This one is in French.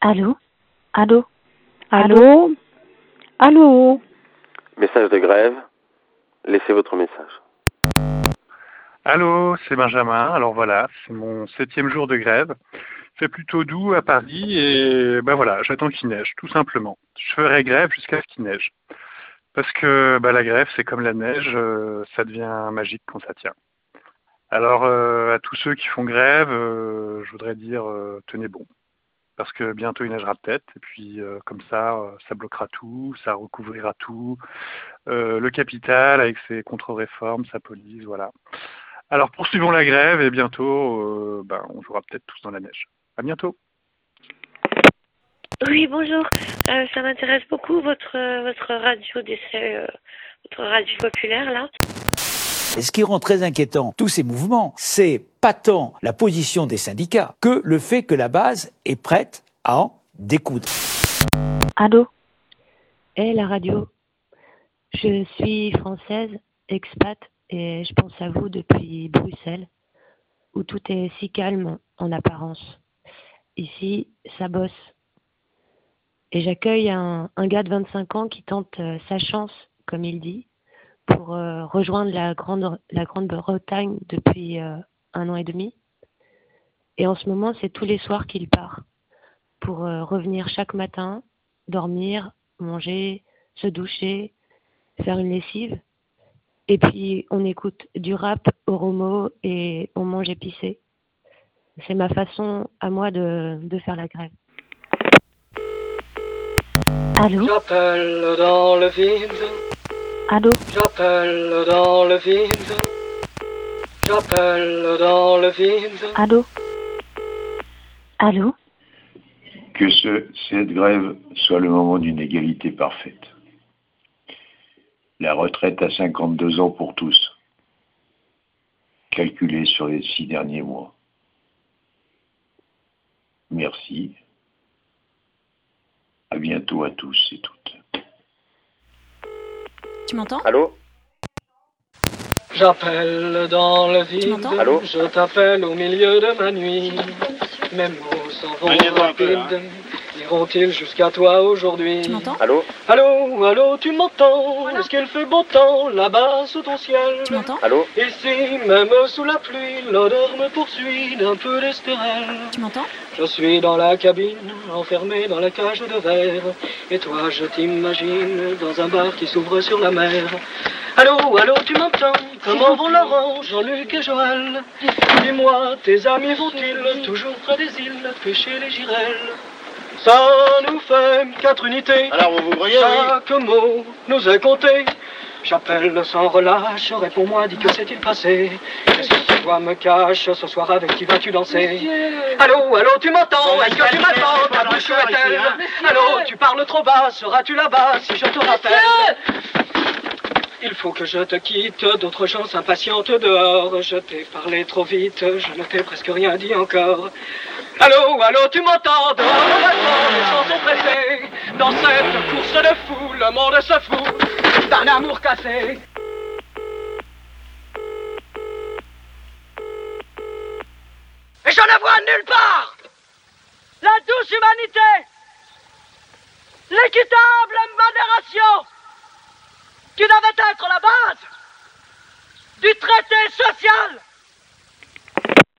Allô? Allô? Allô? Allô? Message de grève, laissez votre message. Allô, c'est Benjamin. Alors voilà, c'est mon 7e jour de grève. Il fait plutôt doux à Paris et ben voilà, j'attends qu'il neige, tout simplement. Je ferai grève jusqu'à ce qu'il neige. Parce que la grève, c'est comme la neige, ça devient magique quand ça tient. Alors à tous ceux qui font grève, je voudrais dire tenez bon. Parce que bientôt il neigera peut-être, et puis comme ça bloquera tout, ça recouvrira tout. Le capital avec ses contre-réformes, sa police, voilà. Alors poursuivons la grève et bientôt, on jouera peut-être tous dans la neige. À bientôt. Oui, bonjour. Ça m'intéresse beaucoup votre radio d'essai, votre radio populaire là. Et ce qui rend très inquiétant tous ces mouvements, c'est pas tant la position des syndicats que le fait que la base est prête à en découdre. Allô? La radio. Je suis française, expat, et je pense à vous depuis Bruxelles, où tout est si calme en apparence. Ici, ça bosse. Et j'accueille un gars de 25 ans qui tente sa chance, comme il dit, pour rejoindre la Grande-Bretagne depuis 1 an et demi. Et en ce moment, c'est tous les soirs qu'il part pour revenir chaque matin, dormir, manger, se doucher, faire une lessive. Et puis, on écoute du rap au romo et on mange épicé. C'est ma façon à moi de faire la grève. Allô? J'appelle dans le vide. Allô? J'appelle dans le vide. J'appelle dans le vide. Allô? Allô? Que cette grève soit le moment d'une égalité parfaite. La retraite à 52 ans pour tous, calculée sur les 6 derniers mois. Merci. À bientôt à tous et toutes. Tu m'entends? Allô? J'appelle dans le Tu vide. m'entends? Allô? Je t'appelle au milieu de ma nuit. Mes mots s'en vont rapides. Iront-ils jusqu'à toi aujourd'hui? Tu m'entends? Allô? Allô, allô, tu m'entends? Est-ce qu'il fait beau temps là-bas sous ton ciel? Tu m'entends? Allô? Ici, même sous la pluie, l'odeur me poursuit d'un peu d'estérel. Tu m'entends? Je suis dans la cabine, enfermé dans la cage de verre. Et toi, je t'imagine dans un bar qui s'ouvre sur la mer. Allô, allô, tu m'entends? Comment vont Laurent, Jean-Luc et Joël? Dis-moi, tes amis vont-ils toujours près des îles pêcher les girelles? Ça nous fait 4 unités. Alors vous voyez, Chaque mot nous est compté. J'appelle sans relâche, réponds-moi, dis que s'est-il passé? Qu'est-ce que toi me caches ce soir, avec qui vas-tu danser? Allô, allô, tu m'entends? Est-ce que tu m'attends? Ta bouche où est-elle? Allô, tu parles trop bas, seras-tu là-bas si je te rappelle? Il faut que je te quitte, d'autres gens s'impatientent dehors. Je t'ai parlé trop vite, je ne t'ai presque rien dit encore. Allô, allô, tu m'entends? Dehors, maintenant, les gens sont pressés. Dans cette course de fou, le monde se fout d'un amour cassé. Et je ne vois nulle part la douce humanité, l'équitable modération qui devait être la base du traité social